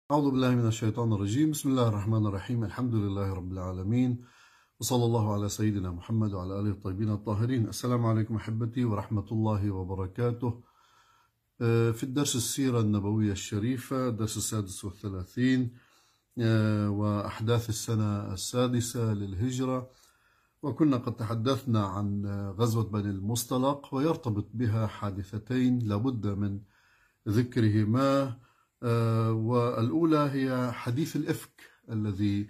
أعوذ بالله من الشيطان الرجيم. بسم الله الرحمن الرحيم. الحمد لله رب العالمين، وصلى الله على سيدنا محمد وعلى آله الطيبين الطاهرين. السلام عليكم أحبتي ورحمة الله وبركاته. في الدرس السيرة النبوية الشريفة، الدرس السادس والثلاثين، وأحداث السنة السادسة للهجرة. وكنا قد تحدثنا عن غزوة بني المصطلق، ويرتبط بها حادثتين لابد من ذكرهما. والأولى هي حديث الإفك الذي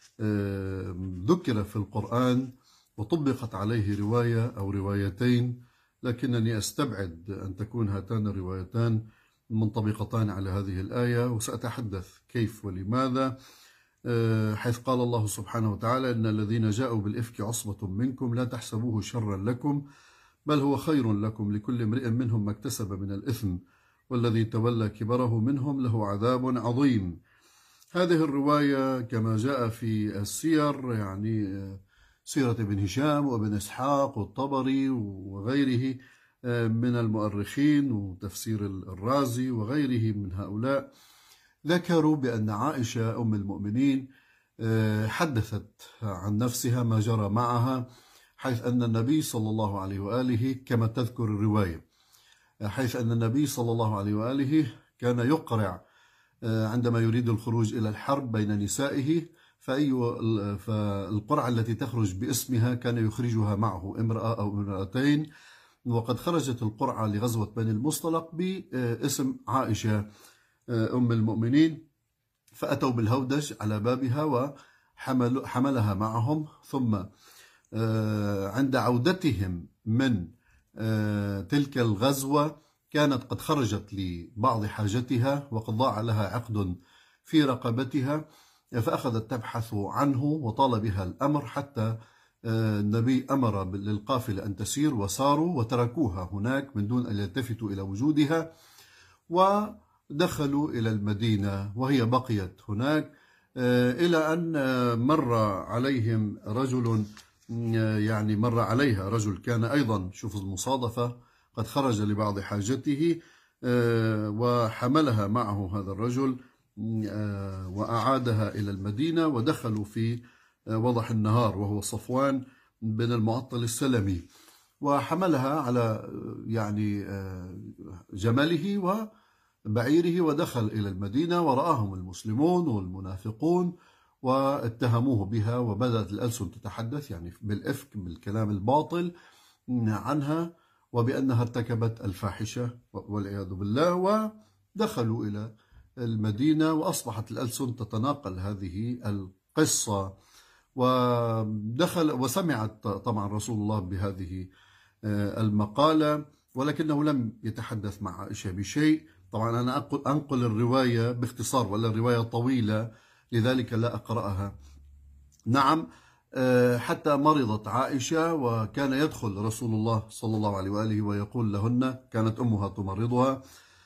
ذكر في القرآن وطبقت عليه رواية أو روايتين، لكنني أستبعد أن تكون هاتان الروايتان منطبقتان على هذه الآية، وسأتحدث كيف ولماذا. حيث قال الله سبحانه وتعالى: إن الذين جاءوا بالإفك عصبة منكم لا تحسبوه شرا لكم بل هو خير لكم لكل امرئ منهم ما اكتسب من الإثم والذي تولى كبره منهم له عذاب عظيم. هذه الرواية كما جاء في السير، يعني سيرة ابن هشام وابن إسحاق والطبري وغيره من المؤرخين، وتفسير الرازي وغيره من هؤلاء، ذكروا بأن عائشة أم المؤمنين حدثت عن نفسها ما جرى معها، حيث أن النبي صلى الله عليه وآله كما تذكر الرواية، حيث أن النبي صلى الله عليه وآله كان يقرع عندما يريد الخروج إلى الحرب بين نسائه، فالقرعة التي تخرج باسمها كان يخرجها معه امرأة أو امرأتين. وقد خرجت القرعة لغزوة بني المصطلق باسم عائشة أم المؤمنين، فأتوا بالهودج على بابها وحملها معهم. ثم عند عودتهم من تلك الغزوة كانت قد خرجت لبعض حاجتها، وقد ضاع لها عقد في رقبتها، فأخذت تبحث عنه وطال بها الأمر حتى النبي أمر للقافلة أن تسير، وساروا وتركوها هناك من دون أن يلتفتوا إلى وجودها، ودخلوا إلى المدينة وهي بقيت هناك إلى أن مر عليهم رجل، يعني مر عليها رجل كان أيضا، شوف المصادفة، قد خرج لبعض حاجته وحملها معه هذا الرجل وأعادها إلى المدينة، ودخلوا في وضح النهار، وهو صفوان بن المعطل السلمي، وحملها على يعني جمله وبعيره ودخل إلى المدينة، ورآهم المسلمون والمنافقون واتهموه بها، وبدأت الألسن تتحدث يعني بالإفك، بالكلام الباطل عنها، وبأنها ارتكبت الفاحشة والعياذ بالله. ودخلوا إلى المدينة، وأصبحت الألسن تتناقل هذه القصة، ودخل وسمعت طبعا رسول الله بهذه المقالة، ولكنه لم يتحدث مع عائشة بشيء. طبعا أنا أنقل الرواية باختصار، ولا الرواية طويلة لذلك لا أقرأها. نعم، حتى مرضت عائشة، وكان يدخل رسول الله صلى الله عليه وآله ويقول لهن، كانت أمها تمرضها،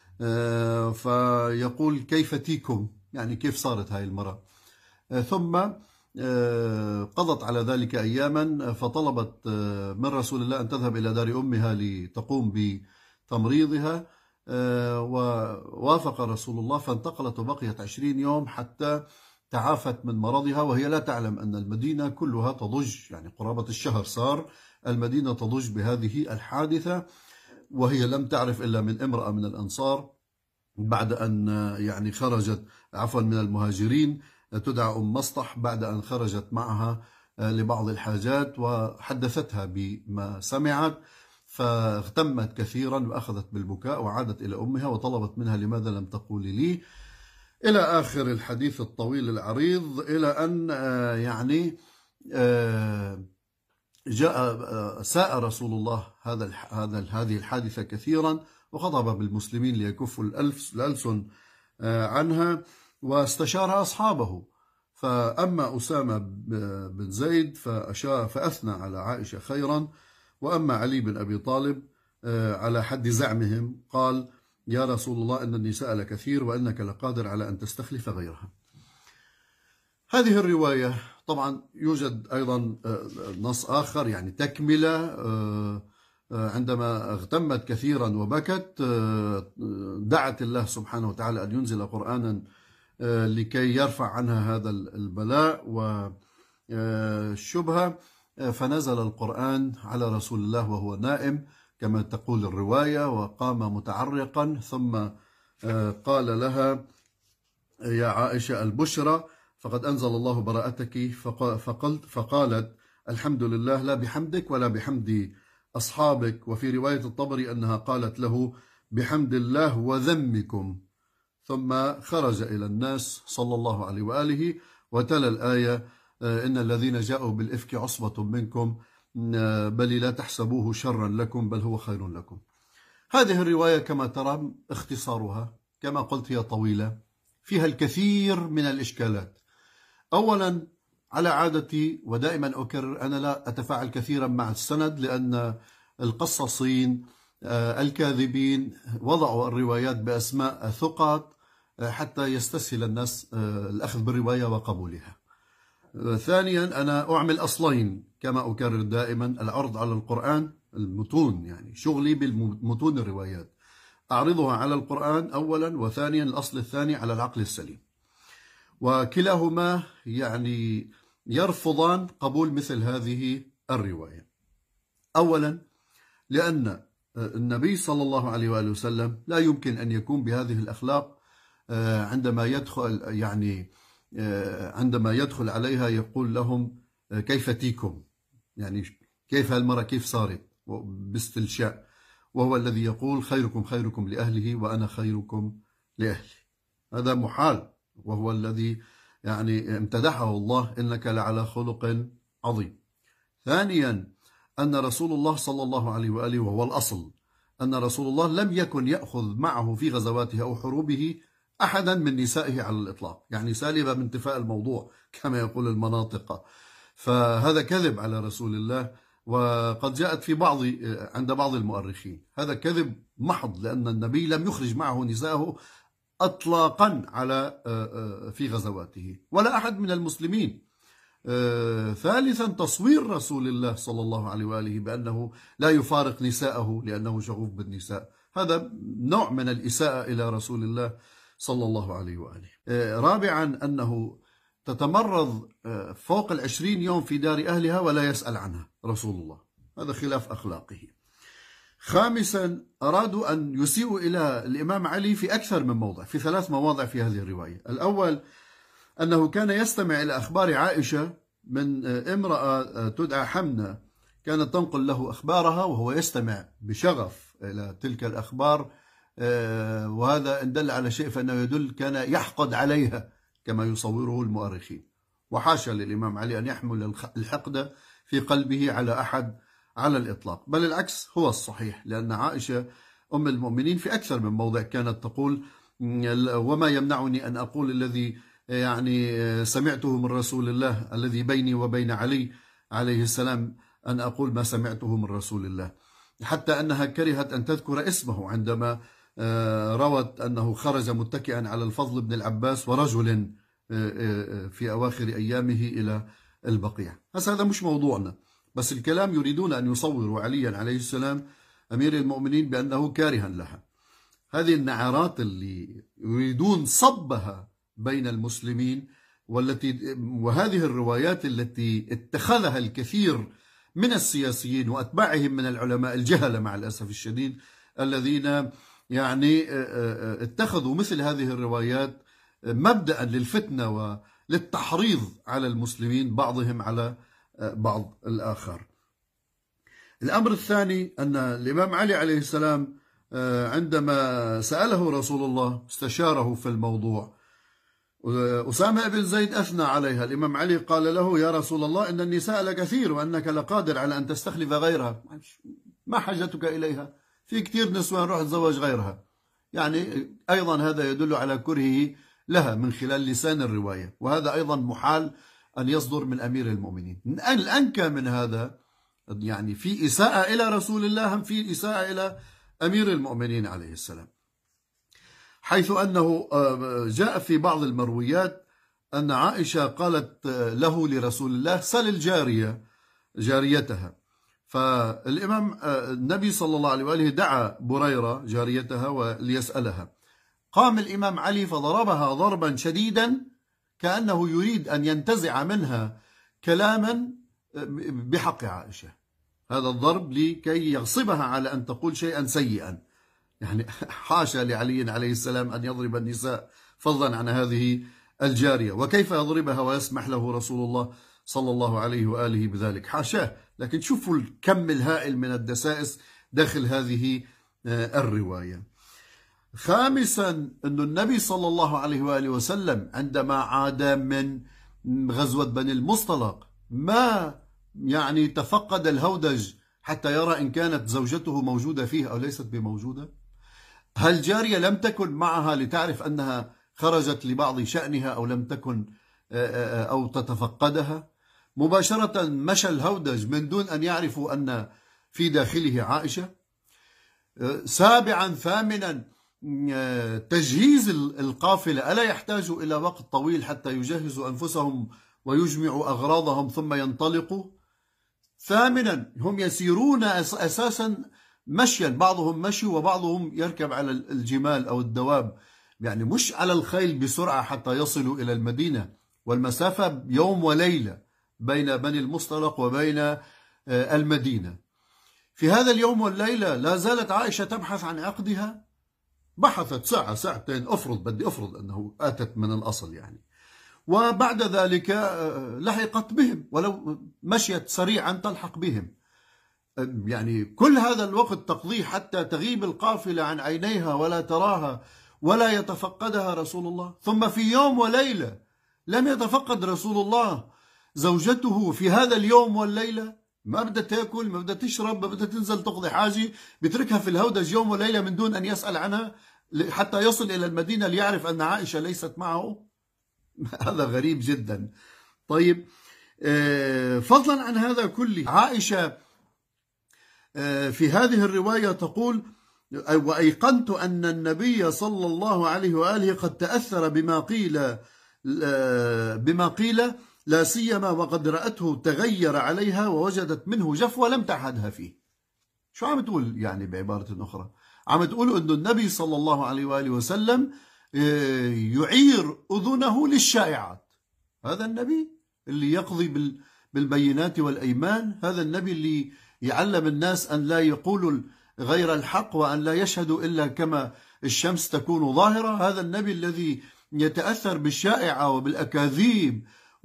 فيقول: كيف تيكم، يعني كيف صارت هاي المرأة. ثم قضت على ذلك أياما، فطلبت من رسول الله أن تذهب إلى دار أمها لتقوم بتمريضها، ووافق رسول الله، فانتقلت وبقيت 20 يوم حتى تعافت من مرضها، وهي لا تعلم أن المدينة كلها تضج، يعني قرابة الشهر صار المدينة تضج بهذه الحادثة، وهي لم تعرف إلا من امرأة من الأنصار بعد أن يعني خرجت، عفوا من المهاجرين، تدعى أم مصطح، بعد أن خرجت معها لبعض الحاجات، وحدثتها بما سمعت، فاغتمت كثيرا وأخذت بالبكاء، وعادت إلى أمها وطلبت منها: لماذا لم تقولي لي؟ إلى آخر الحديث الطويل العريض، إلى أن يعني ساء رسول الله هذه الحادثة كثيرا، وخطب بالمسلمين ليكفوا الألسن عنها، واستشار أصحابه. فأما أسامة بن زيد فأثنى على عائشة خيرا، وأما علي بن أبي طالب على حد زعمهم قال: يا رسول الله، إن النساء لكثير وإنك لقادر على أن تستخلف غيرها. هذه الرواية طبعا يوجد أيضا نص آخر، يعني تكملة، عندما اغتمت كثيرا وبكت دعت الله سبحانه وتعالى أن ينزل قرآنا لكي يرفع عنها هذا البلاء والشبهة، فنزل القرآن على رسول الله وهو نائم كما تقول الرواية، وقام متعرقا ثم قال لها: يا عائشة البشرى، فقد أنزل الله براءتك. فقالت: الحمد لله، لا بحمدك ولا بحمد أصحابك. وفي رواية الطبري أنها قالت له: بحمد الله وذمكم. ثم خرج إلى الناس صلى الله عليه وآله وتلا الآية: إن الذين جاءوا بالإفك عصبة منكم بل لا تحسبوه شرا لكم بل هو خير لكم. هذه الرواية كما ترى اختصارها كما قلت هي طويلة، فيها الكثير من الإشكالات. أولا، على عادتي ودائما أكرر، أنا لا أتفاعل كثيرا مع السند، لأن القصاصين الكاذبين وضعوا الروايات بأسماء ثقات حتى يستسهل الناس الأخذ بالرواية وقبولها. ثانيا، أنا أعمل أصلين كما أكرر دائما: العرض على القرآن، المتون، يعني شغلي بالمتون الروايات، أعرضها على القرآن أولا، وثانيا الأصل الثاني على العقل السليم. وكلاهما يعني يرفضان قبول مثل هذه الرواية. أولا، لأن النبي صلى الله عليه وآله وسلم لا يمكن أن يكون بهذه الأخلاق. عندما يدخل عليها يقول لهم: كيف تيكم، يعني كيف هالمرة كيف صارت، باستلشاء، وهو الذي يقول: خيركم خيركم لأهله وأنا خيركم لأهلي. هذا محال، وهو الذي يعني امتدحه الله: إنك لعلى خلق عظيم. ثانيا، أن رسول الله صلى الله عليه وآله، وهو الأصل، أن رسول الله لم يكن يأخذ معه في غزواته أو حروبه أحدا من نسائه على الإطلاق، يعني سالبة من انتفاء الموضوع كما يقول المناطق. فهذا كذب على رسول الله، وقد جاءت عند بعض المؤرخين هذا كذب محض، لأن النبي لم يخرج معه نساءه أطلاقا في غزواته ولا أحد من المسلمين. ثالثا، تصوير رسول الله صلى الله عليه وآله بأنه لا يفارق نساءه لأنه شغوف بالنساء، هذا نوع من الإساءة إلى رسول الله صلى الله عليه وآله. رابعا، أنه تتمرض فوق 20 يوم في دار أهلها ولا يسأل عنها رسول الله، هذا خلاف أخلاقه. خامسا، أرادوا أن يسيئوا إلى الإمام علي في أكثر من موضع، في 3 مواضع في هذه الرواية. الأول، أنه كان يستمع إلى أخبار عائشة من امرأة تدعى حمنة، كانت تنقل له أخبارها وهو يستمع بشغف إلى تلك الأخبار، وهذا إن دل على شيء فإنه يدل كان يحقد عليها كما يصوره المؤرخين. وحاشا للإمام علي أن يحمل الحقد في قلبه على أحد على الإطلاق، بل العكس هو الصحيح، لأن عائشة أم المؤمنين في أكثر من موضع كانت تقول: وما يمنعني أن أقول الذي يعني سمعته من رسول الله، الذي بيني وبين علي عليه السلام، أن أقول ما سمعته من رسول الله. حتى أنها كرهت أن تذكر اسمه عندما روت أنه خرج متكئا على الفضل بن العباس ورجل في أواخر أيامه إلى البقيع. هذا مش موضوعنا، بس الكلام يريدون أن يصوروا عليا عليه السلام أمير المؤمنين بأنه كارها لها. هذه النعرات اللي يريدون صبها بين المسلمين، وهذه الروايات التي اتخذها الكثير من السياسيين وأتباعهم من العلماء الجهلة مع الأسف الشديد، الذين يعني اتخذوا مثل هذه الروايات مبدأ للفتنة وللتحريض على المسلمين بعضهم على بعض الآخر. الأمر الثاني، أن الإمام علي عليه السلام عندما سأله رسول الله استشاره في الموضوع. أسامة بن زيد أثنى عليها، الإمام علي قال له: يا رسول الله، إن النساء لكثير وأنك لقادر على أن تستخلف غيرها، ما حاجتك إليها؟ في كثير نسوان روح تزوج غيرها. يعني أيضا هذا يدل على كرهه لها من خلال لسان الرواية، وهذا أيضا محال أن يصدر من أمير المؤمنين. الأنكى من هذا يعني في إساءة إلى رسول الله، هم في إساءة إلى أمير المؤمنين عليه السلام، حيث أنه جاء في بعض المرويات أن عائشة قالت له لرسول الله: سل الجارية جاريتها. فالإمام النبي صلى الله عليه وآله دعا بريرة جاريتها وليسألها، قام الإمام علي فضربها ضربا شديدا كأنه يريد أن ينتزع منها كلاما بحق عائشة. هذا الضرب لكي يغصبها على أن تقول شيئا سيئا. يعني حاشا لعلي عليه السلام أن يضرب النساء فضلا عن هذه الجارية، وكيف يضربها ويسمح له رسول الله صلى الله عليه وآله بذلك؟ حاشاه. لكن شوفوا الكم الهائل من الدسائس داخل هذه الرواية. خامسا، أن النبي صلى الله عليه وآله وسلم عندما عاد من غزوة بني المصطلق ما يعني تفقد الهودج حتى يرى إن كانت زوجته موجودة فيه أو ليست بموجودة. هل جارية لم تكن معها لتعرف أنها خرجت لبعض شأنها أو لم تكن أو تتفقدها؟ مباشرة مشى الهودج من دون أن يعرفوا أن في داخله عائشة. سابعا ثامنا، تجهيز القافلة ألا يحتاج إلى وقت طويل حتى يجهزوا أنفسهم ويجمعوا أغراضهم ثم ينطلقوا؟ ثامنا، هم يسيرون أساسا مشيا، بعضهم مشي وبعضهم يركب على الجمال أو الدواب، يعني مش على الخيل بسرعة حتى يصلوا إلى المدينة، والمسافة يوم وليلة بين بني المصطلق وبين المدينة. في هذا اليوم والليلة لا زالت عائشة تبحث عن عقدها. بحثت ساعة ساعتين، بدي أفرض أنه آتت من الأصل يعني، وبعد ذلك لحقت بهم، ولو مشيت سريعا تلحق بهم. يعني كل هذا الوقت تقضيه حتى تغيب القافلة عن عينيها ولا تراها ولا يتفقدها رسول الله. ثم في يوم وليلة لم يتفقد رسول الله زوجته في هذا اليوم والليلة. ما بدها تاكل، ما بدها تشرب، ما بدها تنزل تقضي حاجة، بتركها في الهودج يوم وليلة من دون أن يسأل عنها حتى يصل إلى المدينة ليعرف أن عائشة ليست معه. هذا غريب جدا. طيب، فضلا عن هذا كله، عائشة في هذه الرواية تقول: وأيقنت أن النبي صلى الله عليه وآله قد تأثر بما قيل لا سيما وقد رأته تغير عليها ووجدت منه جفوة لم تعهدها فيه. شو عم تقول يعني بعبارة أخرى؟ عم تقول أن النبي صلى الله عليه وآله وسلم يعير أذنه للشائعات. هذا النبي اللي يقضي بالبينات والأيمان، هذا النبي اللي يعلم الناس أن لا يقولوا غير الحق وأن لا يشهدوا إلا كما الشمس تكون ظاهرة. هذا النبي الذي يتأثر بالشائعة وبالأكاذيب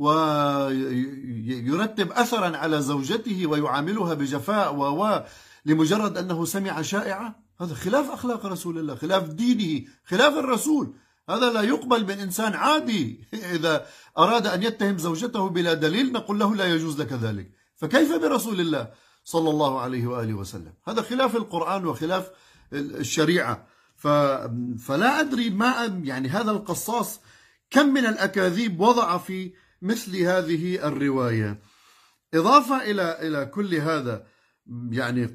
ويرتب أثرا على زوجته ويعاملها بجفاء لمجرد أنه سمع شائعة. هذا خلاف أخلاق رسول الله، خلاف دينه، خلاف الرسول. هذا لا يقبل من إنسان عادي. إذا أراد أن يتهم زوجته بلا دليل نقول له لا يجوز لك ذلك، فكيف برسول الله صلى الله عليه وآله وسلم؟ هذا خلاف القرآن وخلاف الشريعة. فلا أدري ما يعني هذا القصاص كم من الأكاذيب وضع في مثل هذه الرواية. إضافة إلى كل هذا، يعني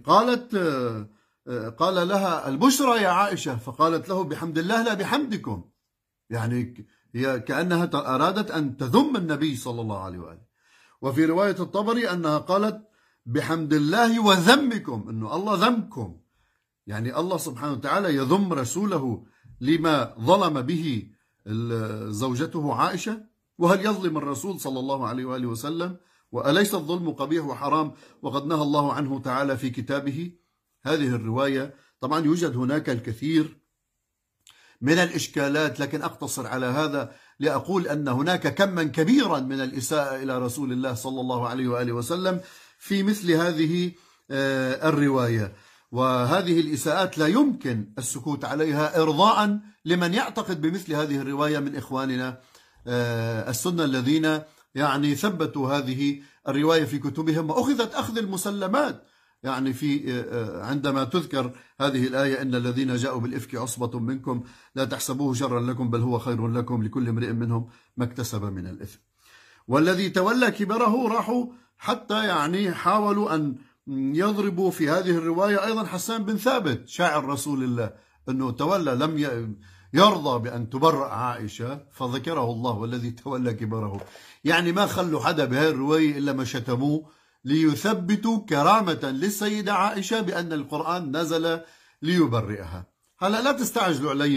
قال لها: البشرى يا عائشة، فقالت له: بحمد الله لا بحمدكم. يعني هي كأنها أرادت أن تذم النبي صلى الله عليه وآله. وفي رواية الطبري أنها قالت: بحمد الله وذمكم، أنه الله ذمكم، يعني الله سبحانه وتعالى يذم رسوله لما ظلم به زوجته عائشة. وهل يظلم الرسول صلى الله عليه وآله وسلم؟ وأليس الظلم قبيح وحرام وقد نهى الله عنه تعالى في كتابه؟ هذه الرواية طبعا يوجد هناك الكثير من الإشكالات، لكن أقتصر على هذا لأقول أن هناك كما كبيرا من الإساءة إلى رسول الله صلى الله عليه وآله وسلم في مثل هذه الرواية. وهذه الإساءات لا يمكن السكوت عليها إرضاء لمن يعتقد بمثل هذه الرواية من إخواننا السنة الذين يعني ثبتوا هذه الرواية في كتبهم، وأخذت أخذ المسلمات. يعني عندما تذكر هذه الآية: إن الذين جاءوا بالإفك عصبة منكم لا تحسبوه شرا لكم بل هو خير لكم لكل امرئ منهم ما اكتسب من الإثم. والذي تولى كبره راحوا حتى يعني حاولوا أن يضربوا في هذه الرواية أيضا حسان بن ثابت شاعر رسول الله، أنه تولى لم يرضى بأن تبرأ عائشة فذكره الله: والذي تولى كبره. يعني ما خلوا حدا بهذه الرواية إلا ما شتموه ليثبتوا كرامة للسيدة عائشة بأن القرآن نزل ليبرئها. هلا لا تستعجلوا علي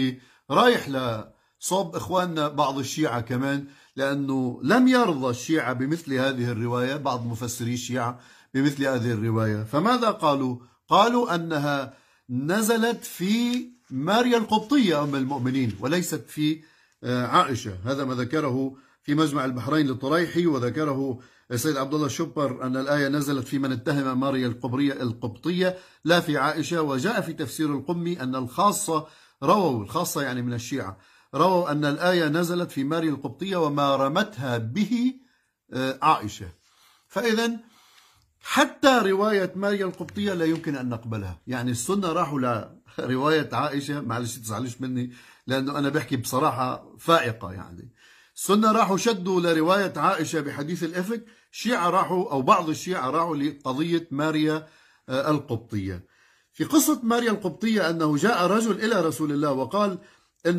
رايح لصوب إخواننا بعض الشيعة كمان، لأنه لم يرضى الشيعة بمثل هذه الرواية، بعض مفسري الشيعة بمثل هذه الرواية. فماذا قالوا؟ قالوا أنها نزلت في ماريا القبطية أم المؤمنين وليست في عائشة. هذا ما ذكره في مجمع البحرين للطريحي، وذكره السيد عبد الله الشبر أن الآية نزلت في من اتهم ماريا القبطية لا في عائشة. وجاء في تفسير القمي أن الخاصة يعني من الشيعة رووا أن الآية نزلت في ماريا القبطية وما رمتها به عائشة. فإذا حتى رواية ماريا القبطية لا يمكن أن نقبلها. يعني السنة راحوا لرواية عائشة، معلش تزعلوش مني لأنه أنا بحكي بصراحة فائقة، يعني السنة راحوا شدوا لرواية عائشة بحديث الإفك، الشيعة راحوا أو بعض الشيعة راحوا لقضية ماريا القبطية. في قصة ماريا القبطية أنه جاء رجل إلى رسول الله وقال إن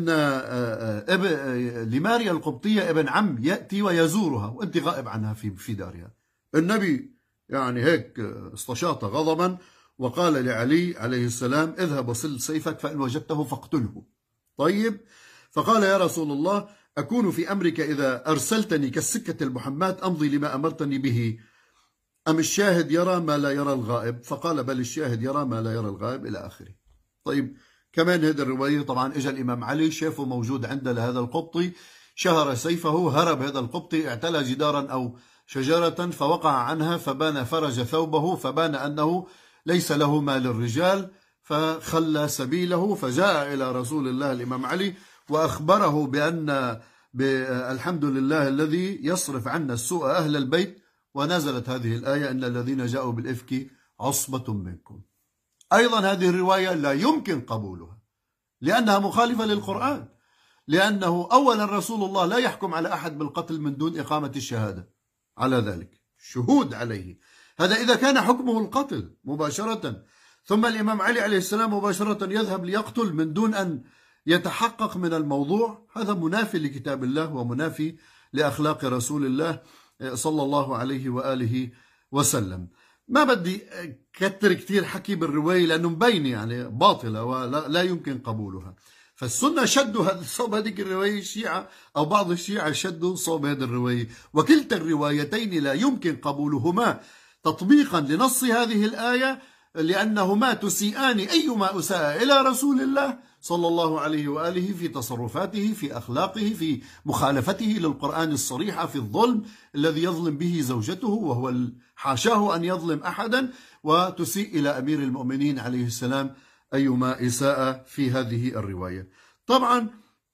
لماريا القبطية ابن عم يأتي ويزورها وأنت غائب عنها في دارها. النبي يعني هيك استشاط غضبا وقال لعلي عليه السلام اذهب وصل سيفك فإن وجدته فاقتله. طيب، فقال يا رسول الله أكون في أمرك إذا أرسلتني كالسكة المحمات أمضي لما أمرتني به أم الشاهد يرى ما لا يرى الغائب؟ فقال بل الشاهد يرى ما لا يرى الغائب إلى آخره. طيب، كمان هذه الرواية طبعا إجا الإمام علي شافه موجود عنده لهذا القبطي، شهر سيفه، هرب هذا القبطي، اعتلى جدارا أو شجرة فوقع عنها فبان فرج ثوبه فبان أنه ليس له مال الرجال فخلى سبيله، فجاء إلى رسول الله الإمام علي وأخبره بأن الحمد لله الذي يصرف عنا السوء أهل البيت، ونزلت هذه الآية إن الذين جاءوا بالإفك عصبة منكم. أيضا هذه الرواية لا يمكن قبولها لأنها مخالفة للقرآن، لأنه أولا رسول الله لا يحكم على أحد بالقتل من دون إقامة الشهادة على ذلك، شهود عليه، هذا إذا كان حكمه القتل مباشرة. ثم الإمام علي عليه السلام مباشرة يذهب ليقتل من دون أن يتحقق من الموضوع، هذا منافي لكتاب الله ومنافي لأخلاق رسول الله صلى الله عليه وآله وسلم. ما بدي كتر كتير حكي بالرواية لأنه مبين يعني باطلة ولا يمكن قبولها. فالسنة شدوا صوب هذه الرواية، الشيعة أو بعض الشيعة شدوا صوب هذه الرواية، وكلتا الروايتين لا يمكن قبولهما تطبيقا لنص هذه الآية، لأنهما تسيئان أيما أساء إلى رسول الله صلى الله عليه وآله في تصرفاته، في أخلاقه، في مخالفته للقرآن الصريحة، في الظلم الذي يظلم به زوجته وهو حاشاه أن يظلم أحدا، وتسيء إلى أمير المؤمنين عليه السلام أيما إساءة في هذه الرواية. طبعا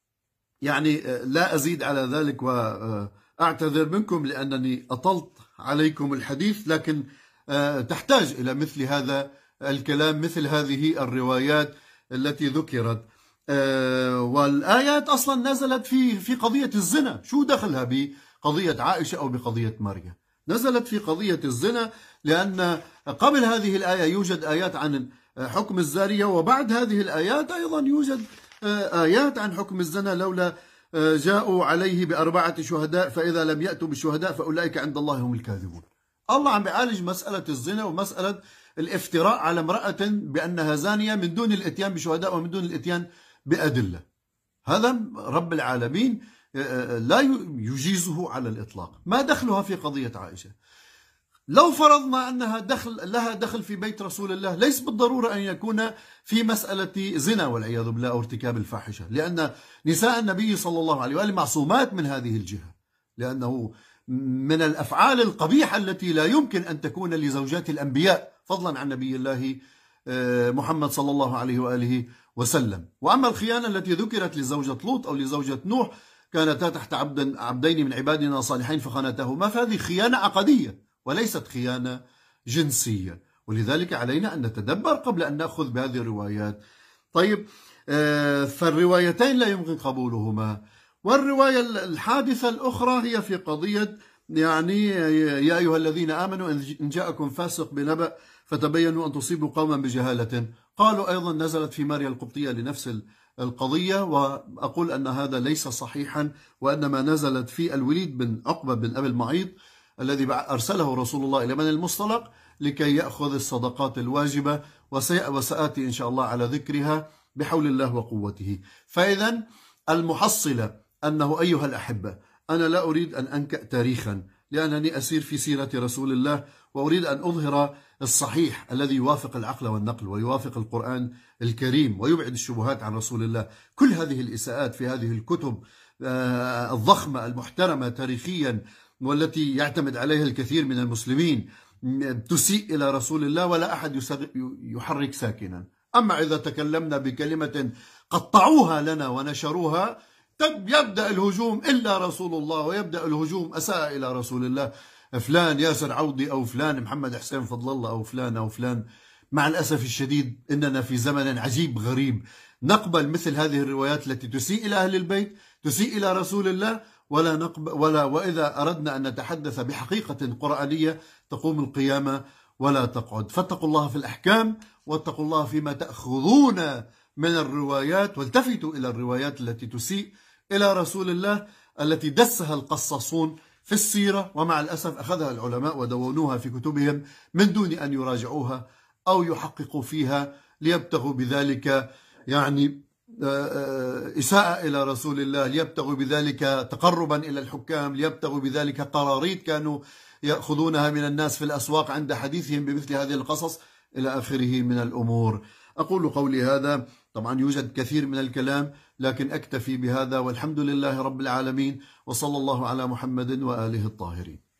يعني لا أزيد على ذلك وأعتذر منكم لأنني أطلت عليكم الحديث، لكن تحتاج إلى مثل هذا الكلام، مثل هذه الروايات التي ذكرت. والآيات أصلا نزلت في قضية الزنا، شو دخلها بقضية عائشة أو بقضية مريم؟ نزلت في قضية الزنا، لأن قبل هذه الآية يوجد آيات عن حكم الزارية، وبعد هذه الآيات أيضا يوجد آيات عن حكم الزنا، لولا جاءوا عليه ب4 شهداء فإذا لم يأتوا بالشهداء فأولئك عند الله هم الكاذبون. الله عم بيعالج مسألة الزنا ومسألة الافتراء على امرأة بأنها زانية من دون الاتيان بشهداء ومن دون الاتيان بأدلة. هذا رب العالمين لا يجيزه على الإطلاق. ما دخلها في قضية عائشة؟ لو فرضنا أنها لها دخل في بيت رسول الله، ليس بالضرورة أن يكون في مسألة زنا والعياذ بالله أو ارتكاب الفاحشة، لأن نساء النبي صلى الله عليه وآله معصومات من هذه الجهة، لأنه من الأفعال القبيحة التي لا يمكن أن تكون لزوجات الأنبياء فضلا عن نبي الله محمد صلى الله عليه وآله وسلم. وأما الخيانة التي ذكرت لزوجة لوط أو لزوجة نوح، كانتا تحت عبدين من عبادنا صالحين فخانتاهما، فهذه خيانة عقدية وليست خيانة جنسية، ولذلك علينا أن نتدبر قبل أن نأخذ بهذه الروايات. طيب، فالروايتين لا يمكن قبولهما. والرواية الحادثة الأخرى هي في قضية يعني يا أيها الذين آمنوا إن جاءكم فاسق بنبأ فتبينوا أن تصيبوا قوما بجهالة، قالوا أيضا نزلت في ماريا القبطية لنفس القضية، وأقول أن هذا ليس صحيحا، وأنما نزلت في الوليد بن عقبة بن أبي المعيط الذي أرسله رسول الله إلى بني المصطلق لكي يأخذ الصدقات الواجبة، وسآتي إن شاء الله على ذكرها بحول الله وقوته. فإذا المحصلة أنه أيها الأحبة، أنا لا أريد أن أنكأ تاريخا، لأنني أسير في سيرة رسول الله، وأريد أن أظهر الصحيح الذي يوافق العقل والنقل ويوافق القرآن الكريم ويبعد الشبهات عن رسول الله. كل هذه الإساءات في هذه الكتب الضخمة المحترمة تاريخيا والتي يعتمد عليها الكثير من المسلمين تسيء إلى رسول الله، ولا أحد يحرك ساكنا. أما إذا تكلمنا بكلمة قطعوها لنا ونشروها، يبدأ الهجوم إلا رسول الله، ويبدأ الهجوم أساء إلى رسول الله فلان ياسر عوضي أو فلان محمد حسين فضل الله أو فلان أو فلان. مع الأسف الشديد إننا في زمن عجيب غريب نقبل مثل هذه الروايات التي تسيء إلى أهل البيت، تسيء إلى رسول الله، وإذا أردنا أن نتحدث بحقيقة قرآنية تقوم القيامة ولا تقعد. فاتقوا الله في الأحكام، واتقوا الله فيما تأخذون من الروايات، والتفتوا إلى الروايات التي تسيء إلى رسول الله، التي دسها القصاصون في السيرة، ومع الأسف أخذها العلماء ودونوها في كتبهم من دون أن يراجعوها أو يحققوا فيها، ليبتغوا بذلك يعني إساءة إلى رسول الله، ليبتغوا بذلك تقربا إلى الحكام، ليبتغوا بذلك قراريط كانوا يأخذونها من الناس في الأسواق عند حديثهم بمثل هذه القصص إلى آخره من الأمور. أقول قولي هذا، طبعا يوجد كثير من الكلام لكن أكتفي بهذا، والحمد لله رب العالمين، وصلى الله على محمد وآله الطاهرين.